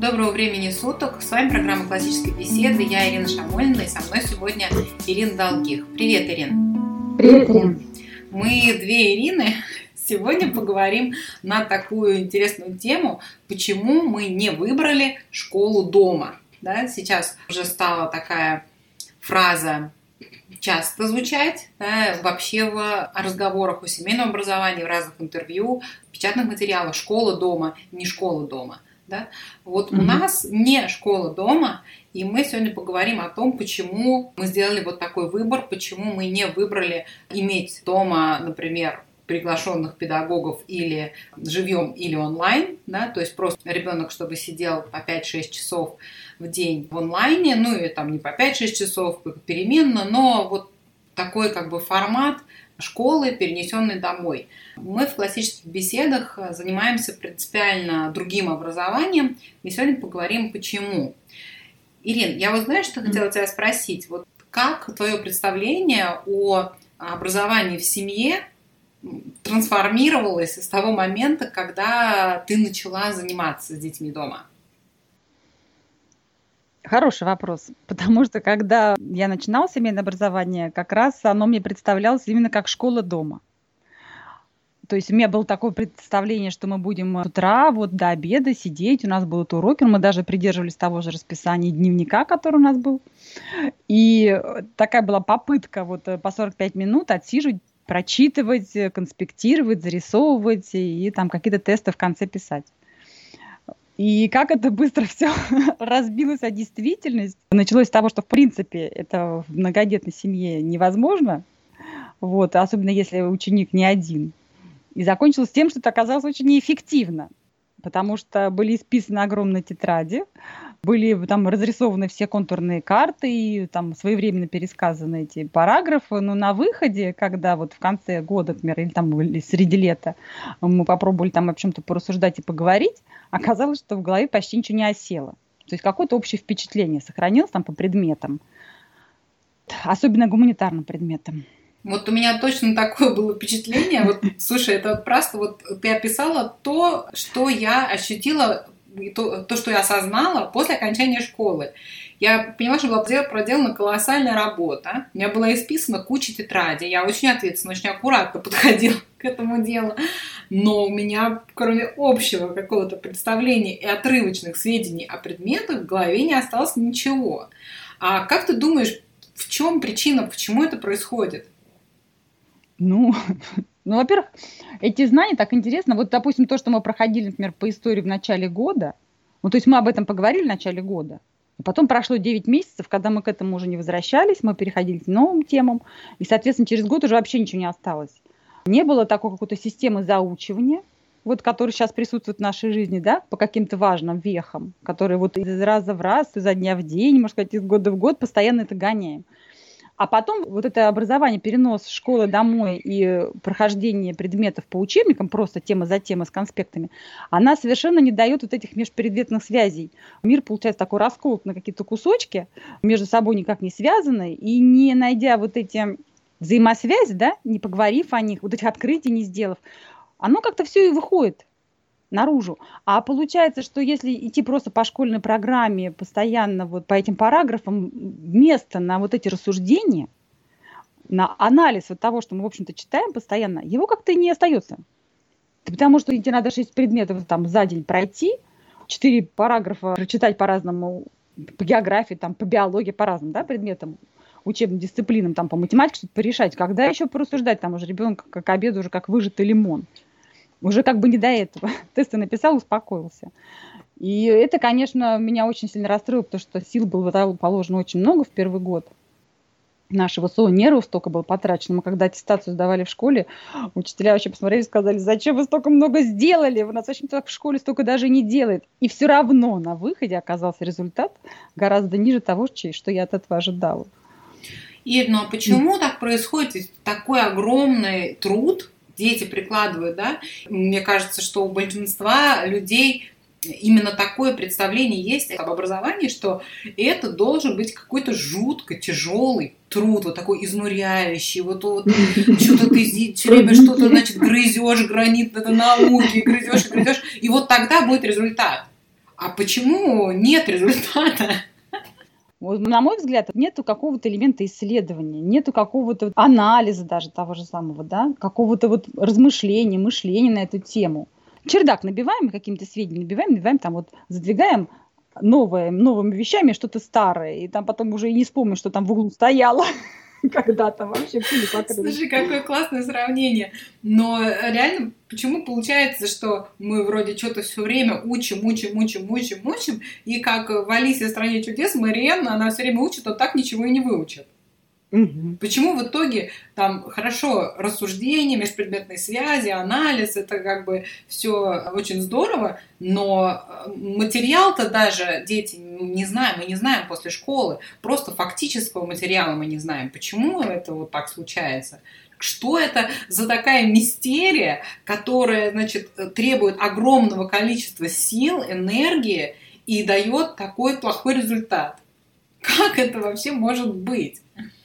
Доброго времени суток. С вами программа «Классической беседы». Я Ирина Шамольна, и со мной сегодня Ирина Долгих. Привет, Ирин. Привет, Ирина. Мы две Ирины. Сегодня поговорим на такую интересную тему, почему мы не выбрали школу дома. Да, сейчас уже стала такая фраза часто звучать, да, вообще в разговорах о семейном образовании, в разных интервью, в печатных материалах «школа дома», не «школа дома». Да? Вот у нас не школа дома, и мы сегодня поговорим о том, почему мы сделали вот такой выбор, почему мы не выбрали иметь дома, например, приглашенных педагогов или живьем, или онлайн, да? То есть просто ребенок, чтобы сидел по 5-6 часов в день в онлайне, ну и там не по 5-6 часов переменно, но вот такой как бы формат школы, перенесенной домой. Мы в классических беседах занимаемся принципиально другим образованием, и сегодня поговорим, почему. Ирин, я вот знаешь, что хотела тебя спросить? Вот как твое представление о образовании в семье трансформировалось с того момента, когда ты начала заниматься с детьми дома? Хороший вопрос, потому что когда я начинала семейное образование, как раз оно мне представлялось именно как школа дома. То есть у меня было такое представление, что мы будем с утра вот до обеда сидеть, у нас будут уроки, мы даже придерживались того же расписания дневника, который у нас был. И такая была попытка вот по 45 минут отсиживать, прочитывать, конспектировать, зарисовывать и там какие-то тесты в конце писать. И как это быстро все разбилось о действительность. Началось с того, что в принципе это в многодетной семье невозможно, вот, особенно если ученик не один. И закончилось тем, что это оказалось очень неэффективно, потому что были исписаны огромные тетради, были там разрисованы все контурные карты и там своевременно пересказаны эти параграфы, но на выходе, когда вот в конце года, например, или там или среди лета мы попробовали там о чем-то порассуждать и поговорить, оказалось, что в голове почти ничего не осело. То есть какое-то общее впечатление сохранилось там по предметам, особенно гуманитарным предметам. Вот у меня точно такое было впечатление. Вот, слушай, это просто вот ты описала то, что я ощутила, то, что я осознала после окончания школы. Я поняла, что была проделана колоссальная работа. У меня была исписана куча тетрадей. Я очень ответственно, очень аккуратно подходила к этому делу. Но у меня, кроме общего какого-то представления и отрывочных сведений о предметах, в голове не осталось ничего. А как ты думаешь, в чем причина, почему это происходит? Ну, во-первых, эти знания так интересно. Вот, допустим, то, что мы проходили, например, по истории в начале года, ну, то есть мы об этом поговорили в начале года, и потом прошло 9 месяцев, когда мы к этому уже не возвращались, мы переходили к новым темам, и, соответственно, через год уже вообще ничего не осталось. Не было такой какой-то системы заучивания, вот, которая сейчас присутствует в нашей жизни, да, по каким-то важным вехам, которые вот из раза в раз, изо дня в день, можно сказать, из года в год постоянно это гоняем. А потом вот это образование, перенос школы домой и прохождение предметов по учебникам, просто тема за темой с конспектами, она совершенно не дает вот этих межпредметных связей. Мир получается такой расколот на какие-то кусочки, между собой никак не связанные, и не найдя вот эти взаимосвязи, да, не поговорив о них, вот этих открытий не сделав, оно как-то все и выходит наружу. А получается, что если идти просто по школьной программе, постоянно вот по этим параграфам, место на вот эти рассуждения, на анализ вот того, что мы, в общем-то, читаем постоянно, его как-то и не остается. Потому что тебе надо 6 предметов там за день пройти, 4 параграфа прочитать по-разному, по географии, там, по биологии, по разным, да, предметам, учебным дисциплинам, там, по математике что-то порешать. Когда еще порассуждать, там уже ребенок к обеду уже как выжатый лимон. Уже как бы не до этого. Тесты написал, успокоился. И это, конечно, меня очень сильно расстроило, потому что сил было положено очень много в первый год. Нашего нервов столько было потрачено. Мы когда аттестацию сдавали в школе, учителя вообще посмотрели и сказали: зачем вы столько много сделали? У нас вообще так в школе столько даже не делает. И все равно на выходе оказался результат гораздо ниже того, что я от этого ожидала. Ир, ну а почему так происходит? Ведь такой огромный труд дети прикладывают, да? Мне кажется, что у большинства людей именно такое представление есть об образовании, что это должен быть какой-то жутко тяжелый труд, вот такой изнуряющий, вот что-то ты все время что-то, значит, грызешь гранит, это науки, грызешь, и вот тогда будет результат. А почему нет результата? Вот, на мой взгляд, нету какого-то элемента исследования, нету какого-то анализа даже того же самого, да, какого-то вот размышления, мышления на эту тему. Чердак набиваем какими-то сведениями, набиваем, там вот задвигаем новыми вещами что-то старое, и там потом уже и не вспомнишь, что там в углу стояло когда-то вообще пылью покрыто. Слушай, какое классное сравнение. Но реально, почему получается, что мы вроде что-то все время учим, и как в «Алисе в стране чудес» Мэриэн, она все время учит, но так ничего и не выучит. Мгм. Почему в итоге там хорошо рассуждение, межпредметные связи, анализ, это как бы все очень здорово, но материал-то даже дети не знаем, мы не знаем после школы, просто фактического материала мы не знаем. Почему это вот так случается? Что это за такая мистерия, которая, значит, требует огромного количества сил, энергии и дает такой плохой результат? Как это вообще может быть?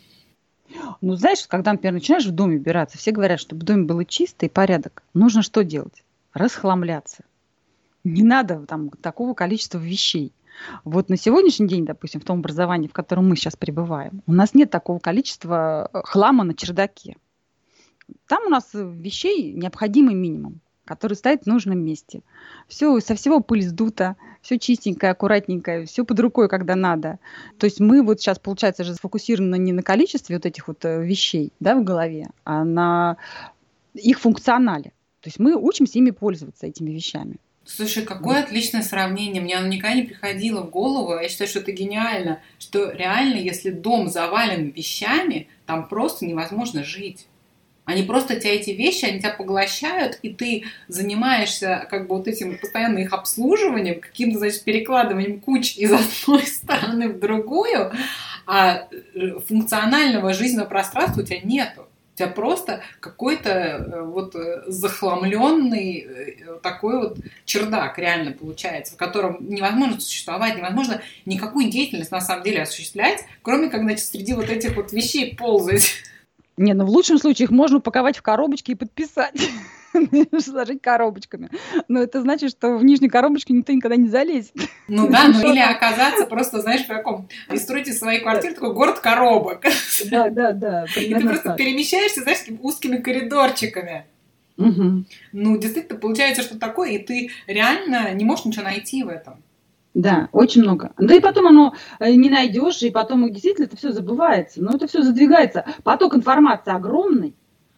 Ну, знаешь, когда, например, начинаешь в доме убираться, все говорят, чтобы в доме было чисто и порядок. Нужно что делать? Расхламляться. Не надо там такого количества вещей. Вот на сегодняшний день, допустим, в том образовании, в котором мы сейчас пребываем, у нас нет такого количества хлама на чердаке. Там у нас вещей необходимый минимум, который стоит в нужном месте. Все, со всего пыль сдута, все чистенькое, аккуратненькое, все под рукой, когда надо. То есть мы вот сейчас, получается, же сфокусированы не на количестве вот этих вот вещей, да, в голове, а на их функционале. То есть мы учимся ими пользоваться, этими вещами. Слушай, какое отличное сравнение. Мне оно никогда не приходило в голову. Я считаю, что это гениально. Что реально, если дом завален вещами, там просто невозможно жить. Они просто тебя, эти вещи, они тебя поглощают, и ты занимаешься как бы вот этим постоянно их обслуживанием, каким-то, значит, перекладыванием куч из одной стороны в другую, а функционального жизненного пространства у тебя нету. У тебя просто какой-то вот захламленный такой вот чердак реально получается, в котором невозможно существовать, невозможно никакую деятельность на самом деле осуществлять, кроме как, значит, среди вот этих вот вещей ползать. Не, ну в лучшем случае их можно упаковать в коробочки и подписать, сложить коробочками. Но это значит, что в нижней коробочке никто никогда не залезет. Ну да, ну или оказаться просто, знаешь, в каком... И строить из своей квартиры такой город коробок. Да. И ты просто перемещаешься, знаешь, такими узкими коридорчиками. Угу. Ну, действительно, получается, что такое, и ты реально не можешь ничего найти в этом. Да, очень много. Да и потом оно не найдешь, и потом действительно это все забывается. Но это все задвигается. Поток информации огромный.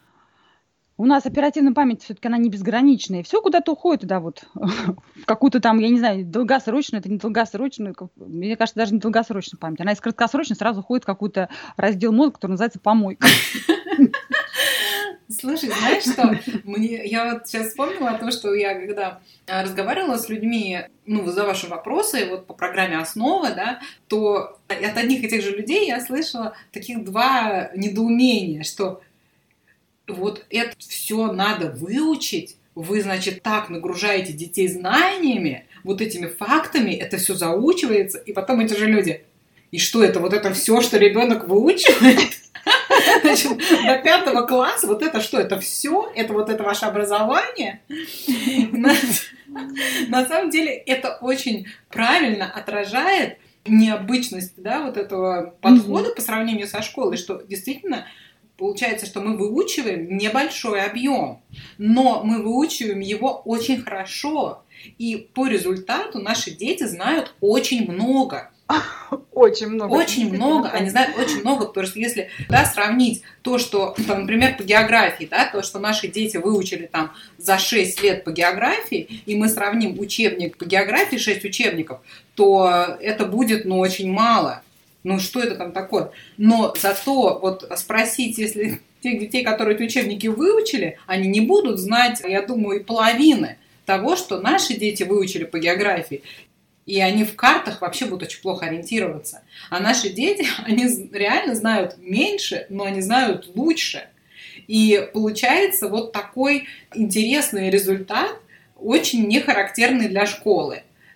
У нас оперативная память все-таки она не безграничная. Все куда-то уходит туда вот, в какую-то там, я не знаю, долгосрочную, это не долгосрочную, мне кажется, даже не долгосрочную память. Она из краткосрочной сразу уходит в какой-то раздел мозга, который называется помойка. Слушай, знаешь что? Я вот сейчас вспомнила то, что я когда разговаривала с людьми, ну, за ваши вопросы, вот по программе «Основа», да, то от одних и тех же людей я слышала таких два недоумения, что вот это все надо выучить, вы, значит, так нагружаете детей знаниями, вот этими фактами, это все заучивается, и потом эти же люди, и что это, вот это все, что ребенок выучивает? Значит, до 5 класса вот это что? Это все? Это вот это ваше образование? На самом деле это очень правильно отражает необычность, да, вот этого подхода по сравнению со школой, что действительно получается, что мы выучиваем небольшой объем, но мы выучиваем его очень хорошо, и по результату наши дети знают очень много. Очень много. Очень много. Они знают очень много, потому что если сравнить то, что, там, например, по географии, да, то, что наши дети выучили там за 6 лет по географии, и мы сравним учебник по географии, 6 учебников, то это будет, ну, очень мало. Ну, что это там такое? Но зато вот спросить, если тех детей, которые эти учебники выучили, они не будут знать, я думаю, и половины того, что наши дети выучили по географии. И они в картах вообще будут очень плохо ориентироваться. А наши дети, они реально знают меньше, но они знают лучше. И получается вот такой интересный результат, очень нехарактерный для школы.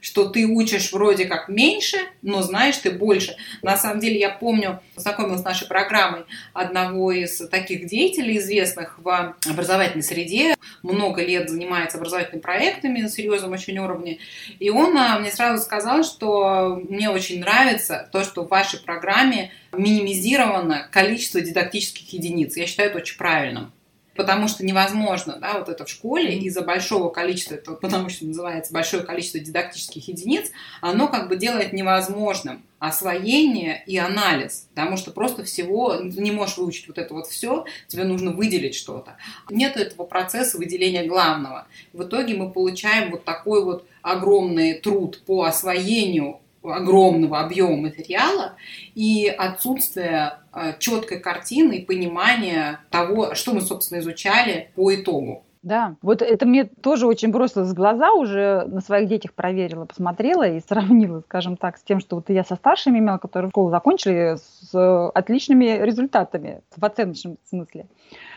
что ты учишь вроде как меньше, но знаешь ты больше. На самом деле я помню, знакомилась с нашей программой одного из таких деятелей, известных в образовательной среде, много лет занимается образовательными проектами на серьезном очень уровне, и он мне сразу сказал, что мне очень нравится то, что в вашей программе минимизировано количество дидактических единиц. Я считаю это очень правильным. Потому что невозможно, да, вот это в школе из-за большого количества, это потому что называется большое количество дидактических единиц, оно как бы делает невозможным освоение и анализ, потому что просто всего не можешь выучить вот это вот все, тебе нужно выделить что-то. Нет этого процесса выделения главного. В итоге мы получаем вот такой вот огромный труд по освоению огромного объема материала и отсутствие четкой картины и понимания того, что мы, собственно, изучали по итогу. Да, вот это мне тоже очень бросилось в глаза, уже на своих детях проверила, посмотрела и сравнила, скажем так, с тем, что вот я со старшими имела, которые школу закончили с отличными результатами в оценочном смысле.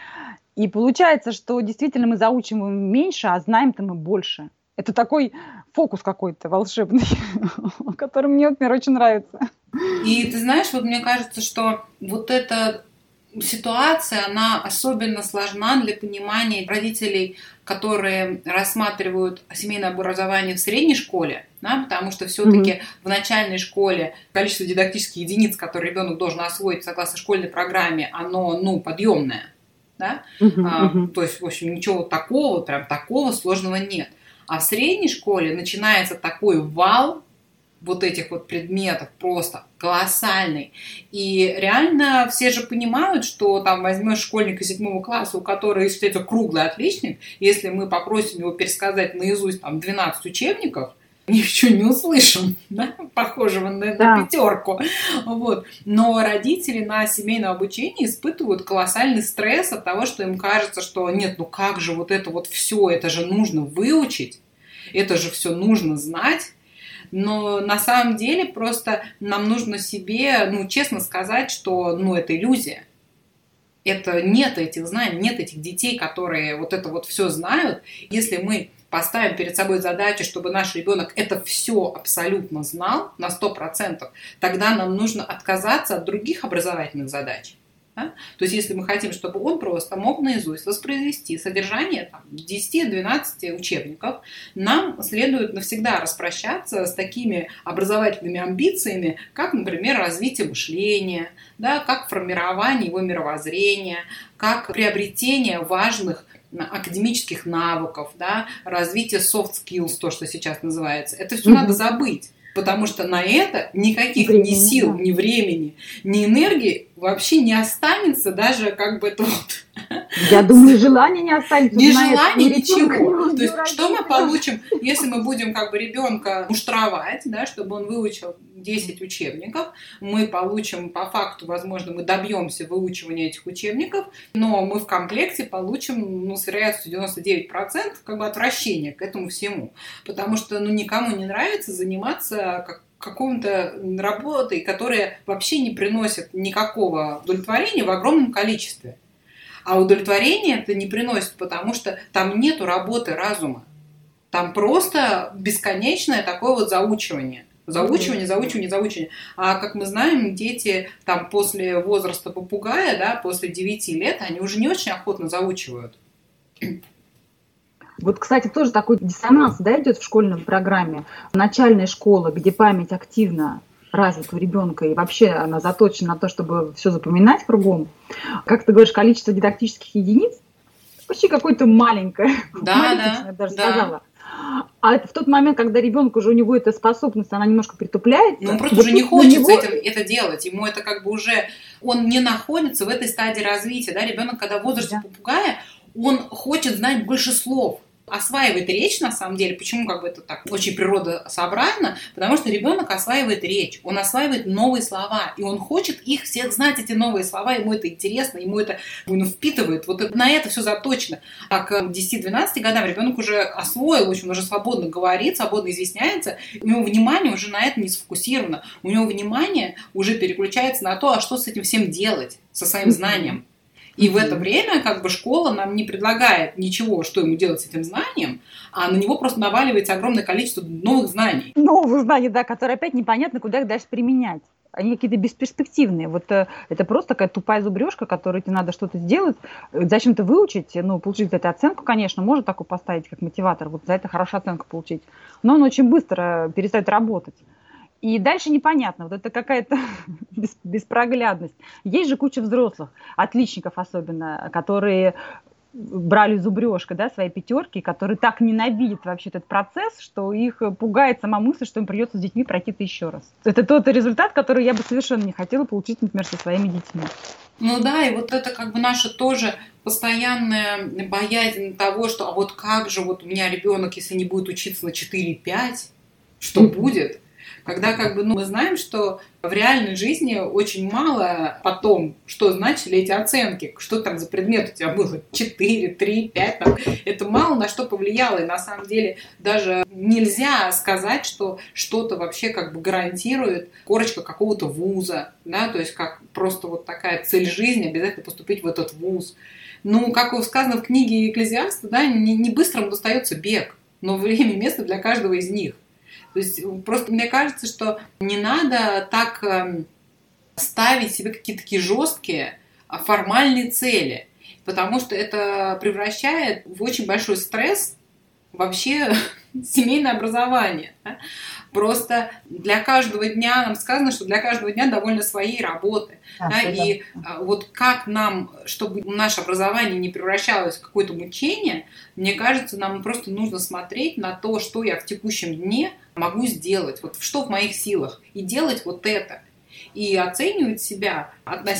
И получается, что действительно мы заучиваем меньше, а знаем-то мы больше. Это такой фокус какой-то волшебный, который мне, например, очень нравится. И ты знаешь, вот мне кажется, что вот эта ситуация, она особенно сложна для понимания родителей, которые рассматривают семейное образование в средней школе, да, потому что все-таки в начальной школе количество дидактических единиц, которые ребенок должен освоить согласно школьной программе, оно, подъемное. Да? То есть, в общем, ничего такого, прям такого сложного нет. А в средней школе начинается такой вал вот этих вот предметов просто колоссальный. И реально все же понимают, что там возьмешь школьника 7 класса, у которого есть круглый отличник, если мы попросим его пересказать наизусть там 12 учебников, ничего не услышим, да? Похожего на пятерку. Вот. Но родители на семейном обучении испытывают колоссальный стресс от того, что им кажется, что нет, как же вот это вот все, это же нужно выучить, это же все нужно знать. Но на самом деле просто нам нужно себе, честно сказать, что, это иллюзия. Это нет этих знаний, нет этих детей, которые вот это вот все знают. Если мы поставим перед собой задачу, чтобы наш ребенок это все абсолютно знал на 100%, тогда нам нужно отказаться от других образовательных задач. Да? То есть, если мы хотим, чтобы он просто мог наизусть воспроизвести содержание 10-12 учебников, нам следует навсегда распрощаться с такими образовательными амбициями, как, например, развитие мышления, да, как формирование его мировоззрения, как приобретение важных академических навыков, да, развитие soft skills, то, что сейчас называется. Это все надо забыть. Потому что на это никаких ни сил, ни времени, ни энергии вообще не останется, даже это вот... Я думаю, желания не останется. Ни желания, ничего. То есть, что мы получим, если мы будем ребенка муштровать, да, чтобы он выучил 10 учебников, мы получим по факту, возможно, мы добьемся выучивания этих учебников, но мы в комплекте получим, с вероятностью 99% отвращение к этому всему. Потому что, никому не нравится заниматься какой-то работой, которая вообще не приносит никакого удовлетворения в огромном количестве. А удовлетворение это не приносит, потому что там нету работы разума. Там просто бесконечное такое вот заучивание. Заучивание. А как мы знаем, дети после возраста попугая, да, после 9 лет, они уже не очень охотно заучивают. Вот, кстати, тоже такой диссонанс, идет в школьной программе. Начальная школа, где память активно развита у ребенка, и вообще она заточена на то, чтобы все запоминать кругом. Как ты говоришь, количество дидактических единиц почти какое-то маленькое. Да, даже сказала. А в тот момент, когда ребенок уже у него эта способность, она немножко притупляется. Он просто уже не хочется это делать. Ему это уже... Он не находится в этой стадии развития. Да? Ребенок, когда в возрасте попугая, он хочет знать больше слов. Осваивает речь, на самом деле. Почему это так очень природосообразно? Потому что ребенок осваивает речь, он осваивает новые слова, и он хочет их всех знать, эти новые слова, ему это интересно, ему это впитывает. Вот на это все заточено. А к 10-12 годам ребенок уже освоил, он уже свободно говорит, свободно изъясняется, у него внимание уже на это не сфокусировано. У него внимание уже переключается на то, а что с этим всем делать, со своим знанием. И в это время как бы школа нам не предлагает ничего, что ему делать с этим знанием, а на него просто наваливается огромное количество новых знаний. Новых знаний, да, которые опять непонятно, куда их дальше применять. Они какие-то бесперспективные. Вот это просто такая тупая зубрежка, которой тебе надо что-то сделать, зачем-то выучить, ну, получить за это оценку, конечно, можно такую поставить, как мотиватор, вот за это хорошую оценку получить. Но он очень быстро перестает работать. И дальше непонятно, вот это какая-то беспроглядность. Есть же куча взрослых, отличников особенно, которые брали зубрежкой, да, свои пятерки, которые так ненавидят вообще этот процесс, что их пугает сама мысль, что им придется с детьми пройти это еще раз. Это тот результат, который я бы совершенно не хотела получить, например, со своими детьми. Ну да, и вот это как бы наша тоже постоянная боязнь того, что а вот как же вот у меня ребенок, если не будет учиться на 4-5, что будет? Когда как бы, ну, мы знаем, что в реальной жизни очень мало потом, что значили эти оценки, что там за предмет у тебя было, 4, 3, 5, там, это мало на что повлияло, и на самом деле даже нельзя сказать, что что-то вообще как бы гарантирует корочка какого-то вуза, да, то есть как просто вот такая цель жизни, обязательно поступить в этот вуз. Ну, как сказано в книге Экклезиаста, да, не быстрому достается бег, но время и место для каждого из них. То есть просто мне кажется, что не надо так ставить себе какие-то такие жесткие формальные цели, потому что это превращает в очень большой стресс вообще семейное образование. Да? Просто для каждого дня, нам сказано, что для каждого дня довольно своей работы. Да? И вот как нам, чтобы наше образование не превращалось в какое-то мучение, мне кажется, нам просто нужно смотреть на то, что я в текущем дне могу сделать, вот что в моих силах, и делать вот это. И оценивать себя,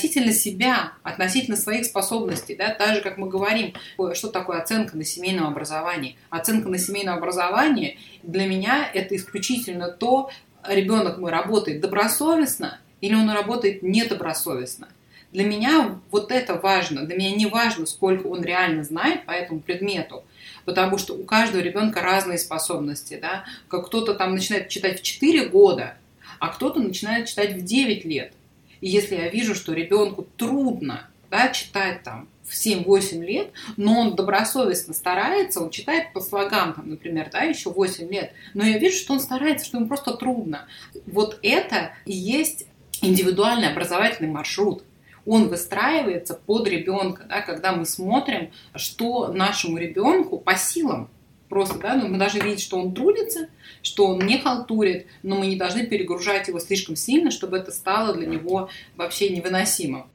относительно своих способностей. Да? Так же, как мы говорим, что такое оценка на семейном образовании. Оценка на семейном образовании для меня это исключительно то, ребенок мой работает добросовестно или он работает недобросовестно. Для меня вот это важно. Для меня не важно, сколько он реально знает по этому предмету. Потому что у каждого ребенка разные способности. Да? Как кто-то там начинает читать в 4 года, а кто-то начинает читать в 9 лет. И если я вижу, что ребенку трудно, да, читать там в 7-8 лет, но он добросовестно старается, он читает по слогам, там, например, да, еще 8 лет, но я вижу, что он старается, что ему просто трудно. Вот это и есть индивидуальный образовательный маршрут. Он выстраивается под ребенка, да, когда мы смотрим, что нашему ребенку по силам. Просто, да, мы должны видеть, что он трудится, что он не халтурит, но мы не должны перегружать его слишком сильно, чтобы это стало для него вообще невыносимым.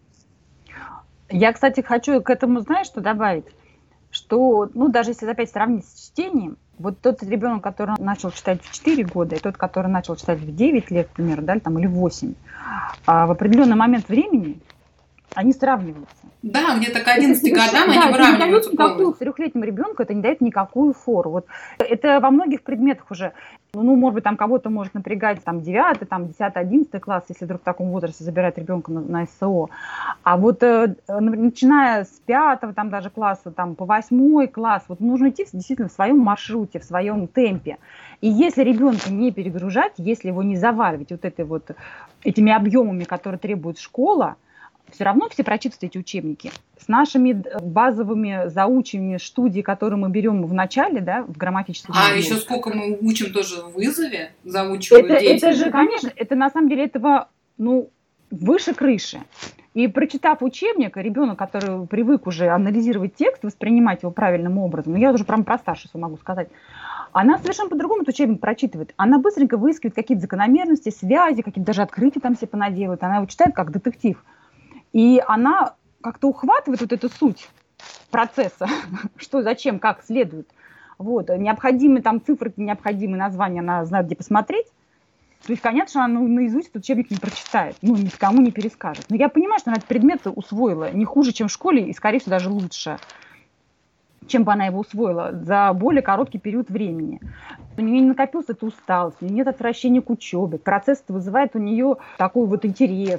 Я, кстати, хочу к этому, знаешь, что добавить? Что, ну, даже если опять сравнить с чтением, вот тот ребенок, который начал читать в 4 года, и тот, который начал читать в 9 лет, например, да, там, или в 8, в определенный момент времени они сравниваются. Да, где-то к 11 годам они выравниваются полностью. Трехлетнему ребенку это не дает никакую фору. Вот это во многих предметах уже, ну, может быть, там кого-то может напрягать там 9, там 10, 11 класс, если вдруг в таком возрасте забирать ребенка на СО. А вот начиная с 5 там даже класса, там по 8 класс, вот нужно идти действительно в своем маршруте, в своем темпе. И если ребенка не перегружать, если его не заваливать вот этими объемами, которые требует школа, все равно все прочитывают эти учебники. С нашими базовыми заучениями студий, которые мы берем в начале, да, в грамматическом. А еще сколько мы учим тоже в вызове, заучивают дети. Это же, конечно, это на самом деле этого, ну, выше крыши. И прочитав учебник, ребенок, который привык уже анализировать текст, воспринимать его правильным образом, я уже прям про старшего могу сказать, она совершенно по-другому этот учебник прочитывает. Она быстренько выискивает какие-то закономерности, связи, какие-то даже открытия там себе понаделывает. Она его читает как детектив. И она как-то ухватывает вот эту суть процесса, что, зачем, как следует. Вот. Необходимые там цифры, необходимые названия, она знает, где посмотреть. То есть, конечно, она наизусть этот учебник не прочитает, ну, никому не перескажет. Но я понимаю, что она этот предмет усвоила не хуже, чем в школе, и, скорее всего, даже лучше, чем бы она его усвоила за более короткий период времени. У нее не накопилась эта усталость, у нее нет отвращения к учебе. Процесс вызывает у нее такой вот интерес.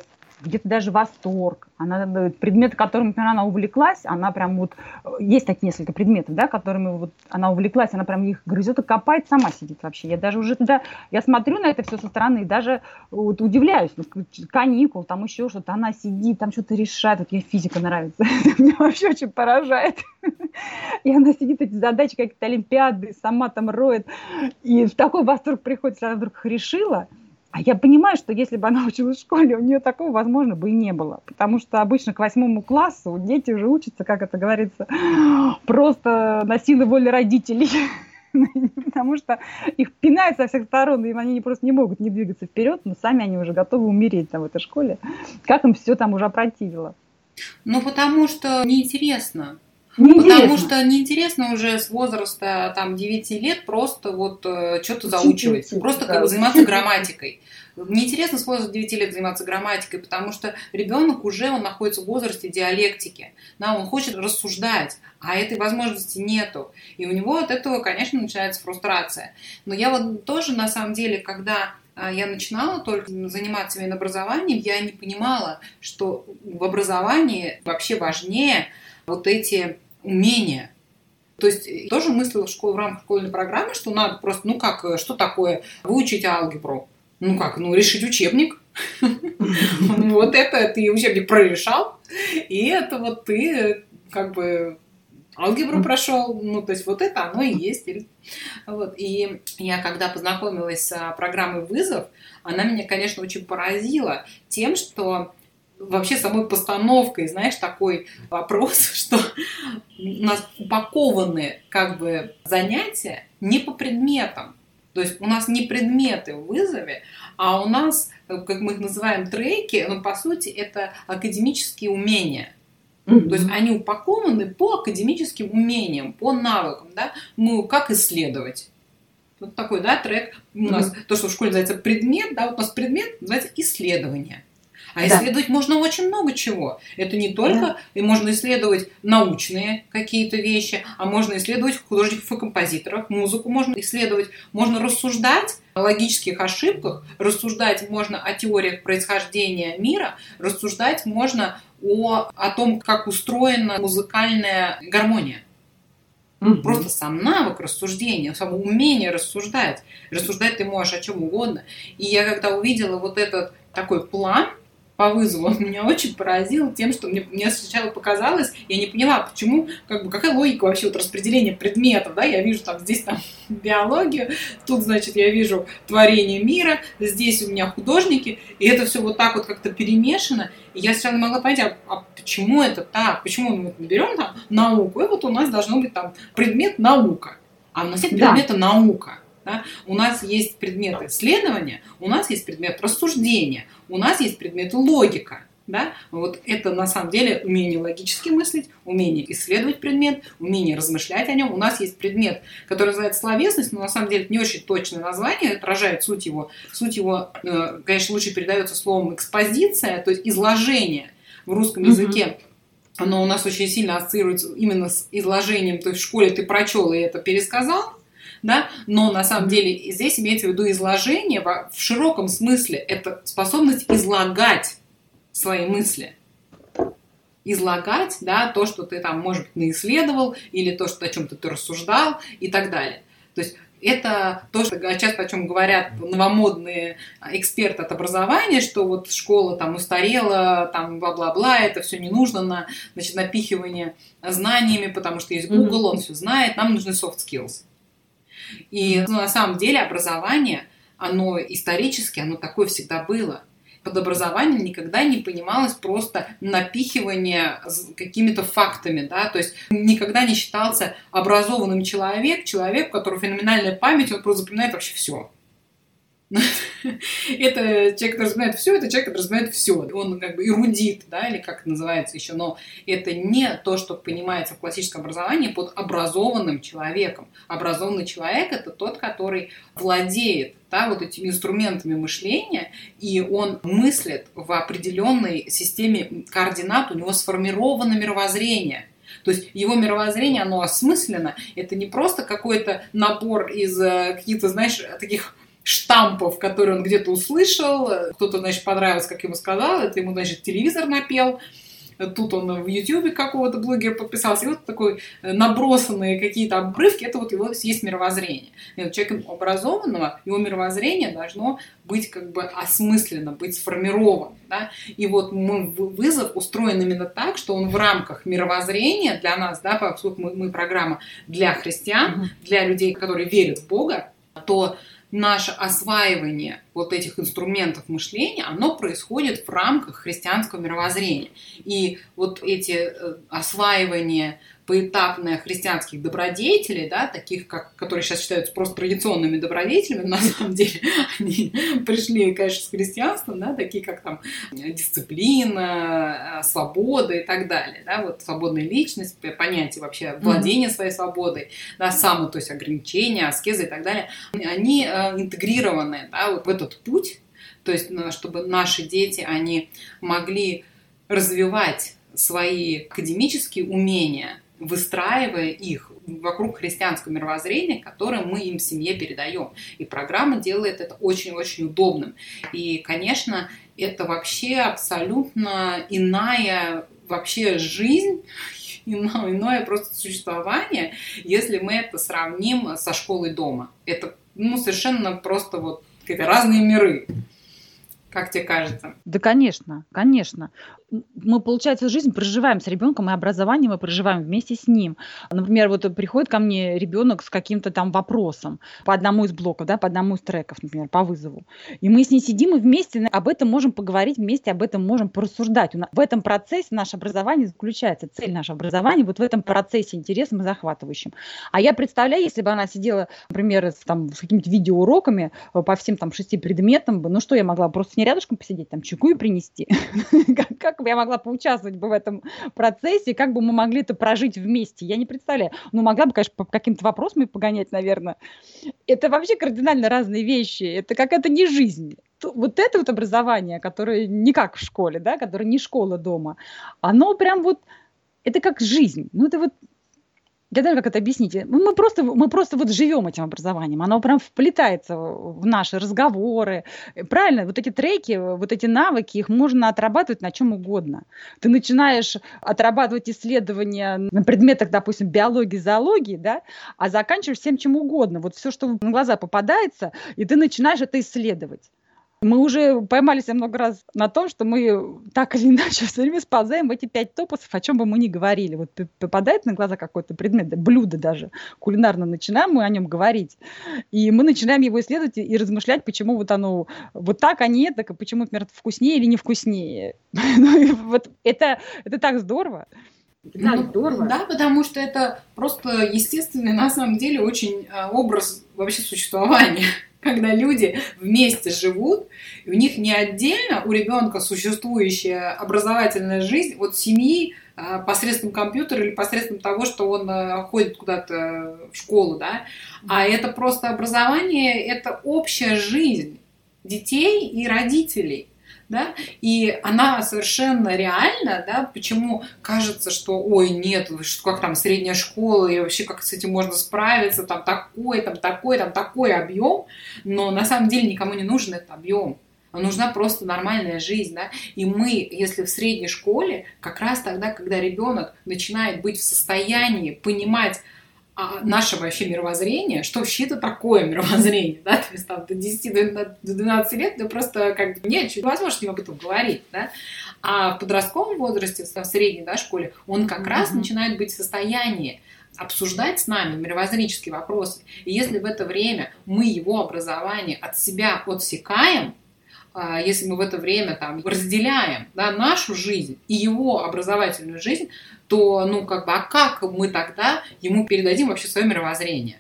где-то даже восторг. Предметы, которыми, например, она увлеклась, она прям вот... Есть такие несколько предметов, да, которыми вот она увлеклась, она прям их грызет и копает, сама сидит вообще. Я даже уже туда... Я смотрю на это все со стороны и даже вот удивляюсь. Каникул, там еще что-то. Она сидит, там что-то решает. Вот ей физика нравится. Меня вообще очень поражает. И она сидит, эти задачи, какие-то олимпиады, сама там роет. И в такой восторг приходит, если она вдруг их решила. А я понимаю, что если бы она училась в школе, у нее такого, возможно, бы и не было. Потому что обычно к 8 классу дети уже учатся, как это говорится, просто на силы воли родителей. Потому что их пинают со всех сторон, и они просто не могут не двигаться вперед, но сами они уже готовы умереть там в этой школе. Как им все там уже опротивило. Ну, потому что неинтересно. Неинтересно. Потому что неинтересно уже с возраста там, 9 лет просто вот что-то заучивать, просто как бы заниматься грамматикой. Неинтересно с возраста 9 лет заниматься грамматикой, потому что ребенок уже он находится в возрасте диалектики, да, он хочет рассуждать, а этой возможности нету. И у него от этого, конечно, начинается фрустрация. Но я вот тоже, на самом деле, когда я начинала только заниматься именно образованием, я не понимала, что в образовании вообще важнее вот эти умения. То есть тоже мыслила в рамках школьной программы, что надо просто, что такое выучить алгебру? Решить учебник. Вот это ты учебник прорешал, и это вот ты как бы алгебру прошел. То есть вот это оно и есть. Вот. И я когда познакомилась с программой «Вызов», она меня, конечно, очень поразила тем, что вообще самой постановкой, знаешь, такой вопрос, что у нас упакованы как бы занятия не по предметам. То есть у нас не предметы в вызове, а у нас, как мы их называем, треки, но по сути это академические умения. Mm-hmm. То есть они упакованы по академическим умениям, по навыкам, да, как исследовать. Вот такой, да, трек. У нас то, что в школе называется предмет, да, вот у нас предмет называется исследование. А исследовать можно очень много чего. Это не только, и можно исследовать научные какие-то вещи, а можно исследовать художников и композиторов, музыку можно исследовать, можно рассуждать о логических ошибках, рассуждать можно о теориях происхождения мира, рассуждать можно о том, как устроена музыкальная гармония. Просто сам навык рассуждения, само умение рассуждать. Рассуждать ты можешь о чем угодно. И я когда увидела вот этот такой план по вызову, он меня очень поразил тем, что мне сначала показалось, я не поняла, почему, какая логика вообще вот распределения предметов, да, я вижу здесь биологию, тут, значит, я вижу творение мира, здесь у меня художники, и это все вот так вот как-то перемешано, и я сначала не могла понять, а почему это так, почему мы берем там науку, и вот у нас должно быть там предмет наука, а у нас нет предмета наука. Да? У нас есть предмет исследования, у нас есть предмет рассуждения, у нас есть предмет логика. Да? Вот это на самом деле умение логически мыслить, умение исследовать предмет, умение размышлять о нем. У нас есть предмет, который называется словесность, но на самом деле это не очень точное название, отражает суть его. Суть его, конечно, лучше передается словом экспозиция, то есть изложение в русском языке. Оно у нас очень сильно ассоциируется именно с изложением, то есть в школе ты прочел и это пересказал. Да? Но на самом деле здесь имеется в виду изложение в широком смысле. Это способность излагать свои мысли. Излагать, да, то, что ты там, может быть, наисследовал, или то, что, о чем ты рассуждал, и так далее. То есть это то, что часто о чем говорят новомодные эксперты от образования, что вот школа там устарела, там бла-бла-бла, это все не нужно на напихивание знаниями, потому что есть Google, он все знает, нам нужны soft skills. И на самом деле образование, оно исторически, оно такое всегда было. Под образованием никогда не понималось просто напихивание какими-то фактами, да, то есть никогда не считался образованным человек, у которого феноменальная память, он просто запоминает вообще все. Это человек, который знает все, это человек, который знает все. Он как бы эрудит, да, или как это называется еще, но это не то, что понимается в классическом образовании под образованным человеком. Образованный человек – это тот, который владеет, да, вот этими инструментами мышления, и он мыслит в определенной системе координат, у него сформировано мировоззрение. То есть его мировоззрение, оно осмысленно. Это не просто какой-то набор из каких-то, знаешь, таких штампов, которые он где-то услышал. Кто-то, значит, понравилось, как ему сказал, это ему, значит, телевизор напел. Тут он в Ютьюбе какого-то блогера подписался, и вот такой набросанные какие-то обрывки, это вот его есть мировоззрение. И вот человека образованного, его мировоззрение должно быть как бы осмысленно, быть сформировано. Да? И вот вызов устроен именно так, что он в рамках мировоззрения для нас, да, поскольку мы программа для христиан, для людей, которые верят в Бога, то наше осваивание вот этих инструментов мышления, оно происходит в рамках христианского мировоззрения. И вот эти осваивания поэтапные христианских добродетелей, да, таких, которые сейчас считаются просто традиционными добродетелями, на самом деле они пришли, конечно, с христианством, да, такие как там дисциплина, свобода и так далее. Да, вот свободная личность, понятие вообще владения своей свободой, да, то есть ограничения, аскезы и так далее, они интегрированы, да, вот в этот путь, то есть чтобы наши дети, они могли развивать свои академические умения, выстраивая их вокруг христианского мировоззрения, которое мы им в семье передаем. И программа делает это очень-очень удобным. И, конечно, это вообще абсолютно иная вообще жизнь, иное просто существование, если мы это сравним со школой дома. Это совершенно просто вот какие-то разные миры. Как тебе кажется? Да, конечно, конечно. Мы, получается, жизнь проживаем с ребенком, и образование мы проживаем вместе с ним. Например, вот приходит ко мне ребенок с каким-то там вопросом по одному из блоков, да, по одному из треков, например, по вызову. И мы с ней сидим и вместе об этом можем поговорить, вместе об этом можем порассуждать. В этом процессе наше образование заключается, цель нашего образования вот в этом процессе интересным и захватывающим. А я представляю, если бы она сидела, например, с какими-то видеоуроками по всем там 6 предметам, ну что я могла просто с ней рядышком посидеть, там чайку и принести? Как бы я могла поучаствовать бы в этом процессе, как бы мы могли это прожить вместе? Я не представляю. Ну, могла бы, конечно, по каким-то вопросам погонять, наверное. Это вообще кардинально разные вещи. Это какая-то не жизнь. Вот это вот образование, которое не как в школе, да, которое не школа дома, оно прям вот, это как жизнь. Ну, это вот, я даже как это объяснить? Мы просто вот живем этим образованием. Оно прям вплетается в наши разговоры. Правильно, вот эти треки, вот эти навыки, их можно отрабатывать на чем угодно. Ты начинаешь отрабатывать исследования на предметах, допустим, биологии, зоологии, да, а заканчиваешь всем чем угодно. Вот все, что на глаза попадается, и ты начинаешь это исследовать. Мы уже поймали себя много раз на том, что мы так или иначе все время сползаем в эти 5 топосов, о чем бы мы ни говорили. Вот попадает на глаза какой-то предмет, блюдо даже, кулинарно начинаем мы о нем говорить. И мы начинаем его исследовать и размышлять, почему вот оно вот так, а не так, и почему, например, это вкуснее или не вкуснее. Вот это так здорово. Здорово. Да, потому что это просто естественный, на самом деле, очень образ вообще существования. Когда люди вместе живут, и у них не отдельно у ребенка существующая образовательная жизнь от семьи посредством компьютера или посредством того, что он ходит куда-то в школу, да, а это просто образование, это общая жизнь детей и родителей. Да? И она совершенно реальна, да? Почему кажется, что ой, нет, как там средняя школа, и вообще как с этим можно справиться, там такой объем, но на самом деле никому не нужен этот объем. Нужна просто нормальная жизнь, да? И мы, если в средней школе, как раз тогда, когда ребенок начинает быть в состоянии понимать наше вообще мировоззрение, что вообще это такое мировоззрение, да, то есть там до 10, до 12 лет, да просто как бы нет, невозможно с ним об этом говорить, да, а в подростковом возрасте, в средней, да, школе, он как раз начинает быть в состоянии обсуждать с нами мировоззренческие вопросы, и если в это время мы его образование от себя отсекаем, если мы в это время там разделяем, да, нашу жизнь и его образовательную жизнь, то, ну, как бы, а как мы тогда ему передадим вообще свое мировоззрение?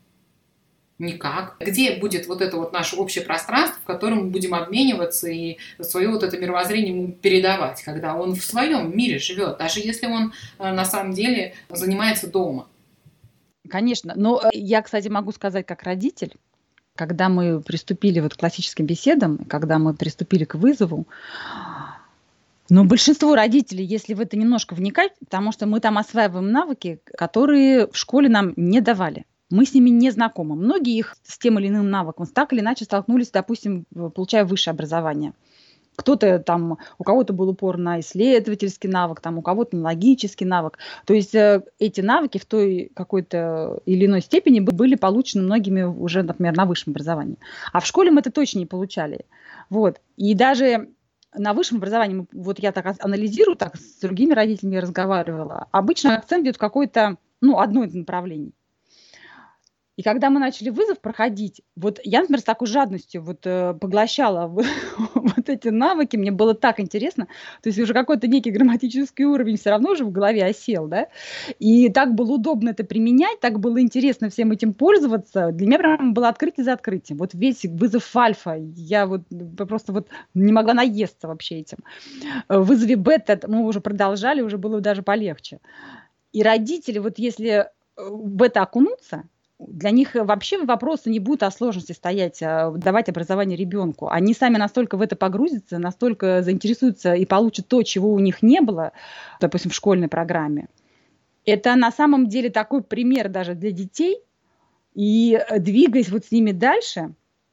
Никак. Где будет вот это вот наше общее пространство, в котором мы будем обмениваться и свое вот это мировоззрение ему передавать, когда он в своем мире живет, даже если он на самом деле занимается дома? Конечно. Но я, кстати, могу сказать как родитель, когда мы приступили вот к классическим беседам, когда мы приступили к вызову, но большинство родителей, если в это немножко вникать, потому что мы там осваиваем навыки, которые в школе нам не давали. мы с ними не знакомы. Многие их с тем или иным навыком так или иначе столкнулись, допустим, получая высшее образование. Кто-то там, у кого-то был упор на исследовательский навык, там, у кого-то на логический навык. То есть эти навыки в той какой-то или иной степени были получены многими уже, например, на высшем образовании. А в школе мы это точно не получали. Вот. И даже на высшем образовании, вот я так анализирую, так с другими родителями разговаривала, обычно акцент идет в какое-то, одно из направлений. И когда мы начали вызов проходить, вот я, например, с такой жадностью поглощала вот эти навыки, мне было так интересно, то есть уже какой-то некий грамматический уровень все равно уже в голове осел, да, и так было удобно это применять, так было интересно всем этим пользоваться, для меня прям было открытие за открытием, вот весь вызов альфа, я просто не могла наесться вообще этим. В вызове бета мы уже продолжали, уже было даже полегче. И родители, вот если в это окунуться, для них вообще вопросы не будут о сложности стоять, давать образование ребенку. Они сами настолько в это погрузятся, настолько заинтересуются и получат то, чего у них не было, допустим, в школьной программе. Это на самом деле такой пример даже для детей. И двигаясь вот с ними дальше,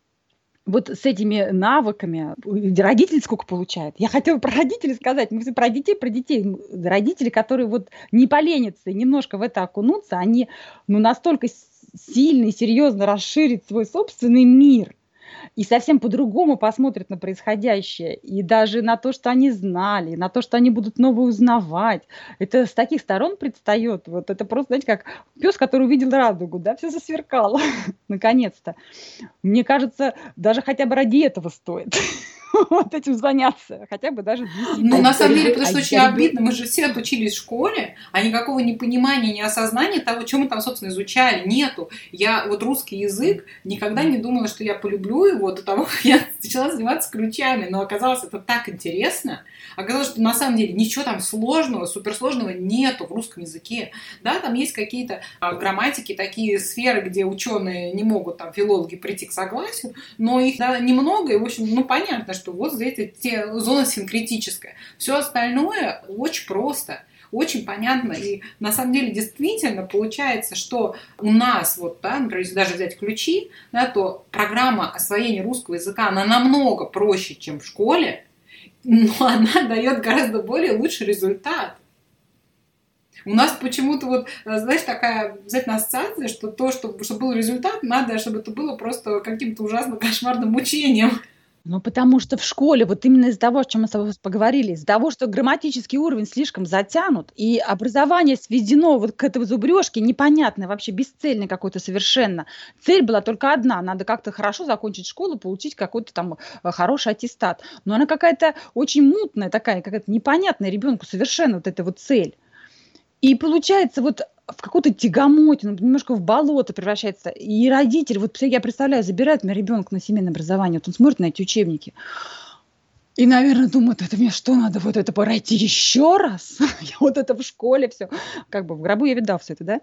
вот с этими навыками, родители сколько получают? Я хотела про родителей сказать, мы все про детей. Родители, которые вот не поленятся и немножко в это окунутся, они настолько сильно и серьезно расширят свой собственный мир и совсем по-другому посмотрят на происходящее, и даже на то, что они знали, на то, что они будут новое узнавать. Это с таких сторон предстает. Вот это просто, знаете, как пес, который увидел радугу, да, все засверкало, наконец-то. Мне кажется, даже хотя бы ради этого стоит вот этим заняться, хотя бы даже 10 Ну, на самом деле, потому что очень обидно, мы же все отучились в школе, а никакого непонимания, ни осознания того, что мы там, собственно, изучали, нету. Я вот русский язык никогда не думала, что я полюблю его до того, как я начала заниматься ключами, но оказалось, это так интересно. Оказалось, что на самом деле ничего там сложного, суперсложного нету в русском языке. Да, там есть какие-то грамматики, такие сферы, где ученые не могут, там, филологи прийти к согласию, но их немного, и, в общем, понятно, что вот здесь зона синкретическая. Все остальное очень просто, очень понятно. И на самом деле действительно получается, что у нас, например, если даже взять ключи, да, то программа освоения русского языка, она намного проще, чем в школе, но она дает гораздо более лучший результат. У нас почему-то, знаешь, такая обязательно ассоциация, что то, чтобы был результат, надо, чтобы это было просто каким-то ужасно кошмарным мучением. Потому что в школе, вот именно из-за того, о чем мы с тобой поговорили, из-за того, что грамматический уровень слишком затянут, и образование сведено вот к этой зубрежке, непонятное, вообще бесцельное какое-то совершенно. Цель была только одна, надо как-то хорошо закончить школу, получить какой-то там хороший аттестат. Но она какая-то очень мутная такая, какая-то непонятная ребенку совершенно вот эта вот цель. И получается в какую-то тягомотину, немножко в болото превращается. И родитель, я представляю, забирает меня ребенка на семейное образование, он смотрит на эти учебники. И, наверное, думает, это мне что, надо это пройти еще раз? Я это в школе все. Как бы в гробу я видал все это, да?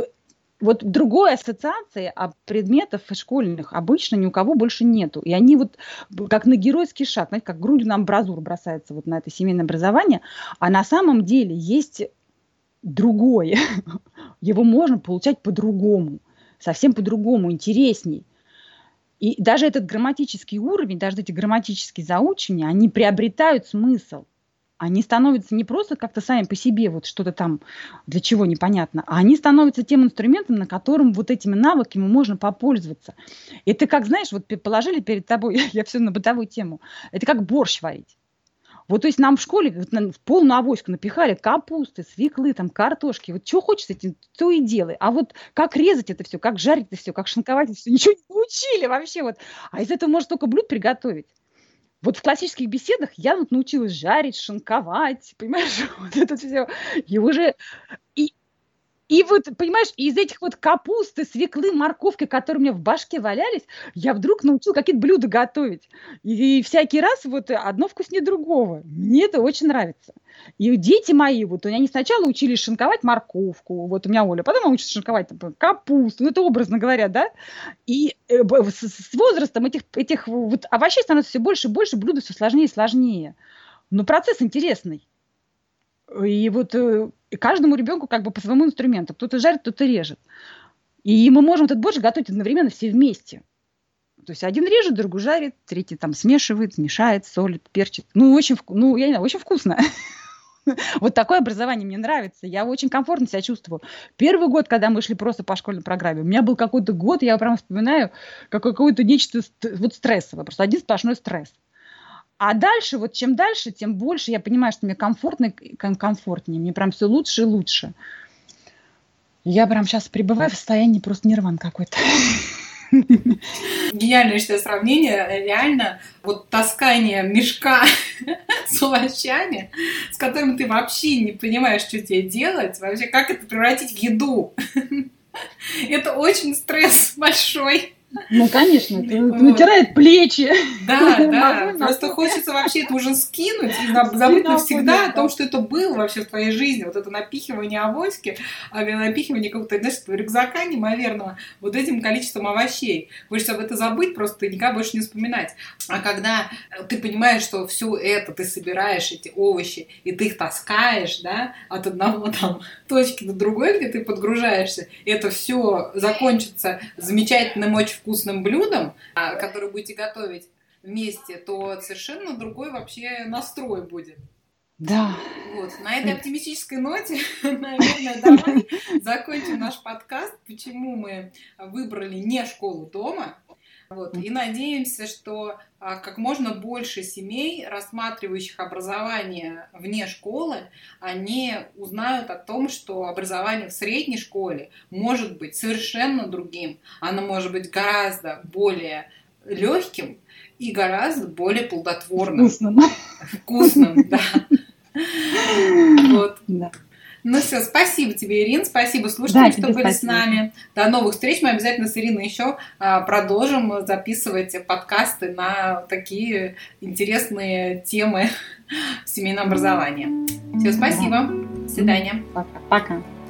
Другой ассоциации предметов школьных обычно ни у кого больше нету. И они как на геройский шаг, знаете, как грудью на амбразуру бросаются на это семейное образование. А на самом деле есть другое. Его можно получать по-другому, совсем по-другому, интересней. И даже этот грамматический уровень, даже эти грамматические заучения, они приобретают смысл. Они становятся не просто как-то сами по себе, что-то там, для чего непонятно, а они становятся тем инструментом, на котором этими навыками можно попользоваться. Это как, знаешь, положили перед тобой, я все на бытовую тему, это как борщ варить. То есть нам в школе в полную авоську напихали капусты, свеклы, картошки. Что хочешь с этим, то и делай. А как резать это все, как жарить это все, как шинковать это все, ничего не научили вообще. А из этого можно только блюд приготовить. В классических беседах я научилась жарить, шинковать, понимаешь, это все. И уже... И понимаешь, из этих капусты, свеклы, морковки, которые у меня в башке валялись, я вдруг научилась какие-то блюда готовить. И всякий раз одно вкуснее другого. Мне это очень нравится. И дети мои, они сначала учились шинковать морковку, у меня Оля, потом она учится шинковать капусту, это образно говоря, да. И с возрастом этих овощей становится все больше и больше, блюда все сложнее и сложнее. Но процесс интересный. И каждому ребенку по своему инструменту. Кто-то жарит, кто-то режет. И мы можем этот борщ готовить одновременно все вместе. То есть один режет, другой жарит, третий там смешивает, мешает, солит, перчит. Ну, очень, я не знаю, очень вкусно. Вот такое образование мне нравится. Я очень комфортно себя чувствую. Первый год, когда мы шли просто по школьной программе, у меня был какой-то год, я прям вспоминаю, как какое-то нечто вот стрессовое. Просто один сплошной стресс. А дальше, вот чем дальше, тем больше я понимаю, что мне комфортнее. Мне прям все лучше и лучше. Я прям сейчас пребываю в состоянии просто нирван какой-то. Гениальное, считаю, сравнение. Реально, вот таскание мешка с овощами, с которым ты вообще не понимаешь, что тебе делать, вообще, как это превратить в еду. Это очень стресс большой. Ну, конечно, это натирает плечи. Да. Просто хочется вообще это уже скинуть и забыть навсегда о том, что это было вообще в твоей жизни. Вот это напихивание авоськи, напихивание какого-то, знаешь, рюкзака неимоверного вот этим количеством овощей. Хочется об этом забыть просто и никогда больше не вспоминать. А когда ты понимаешь, что все это ты собираешь, эти овощи, и ты их таскаешь, да, от одного там точки до другой, где ты подгружаешься, и это все закончится замечательным, очень вкусным блюдом, которое будете готовить вместе, то совершенно другой вообще настрой будет. Да. Вот. На этой оптимистической ноте, наверное, давай закончим наш подкаст, почему мы выбрали не школу дома. Вот. И надеемся, что как можно больше семей, рассматривающих образование вне школы, они узнают о том, что образование в средней школе может быть совершенно другим. Оно может быть гораздо более легким и гораздо более плодотворным. Вкусным, да. Вот. Да. Ну все, спасибо тебе, Ирин, спасибо слушателям, что были с нами. До новых встреч. Мы обязательно с Ириной еще продолжим записывать подкасты на такие интересные темы семейного образования. Все, спасибо. До свидания. Пока.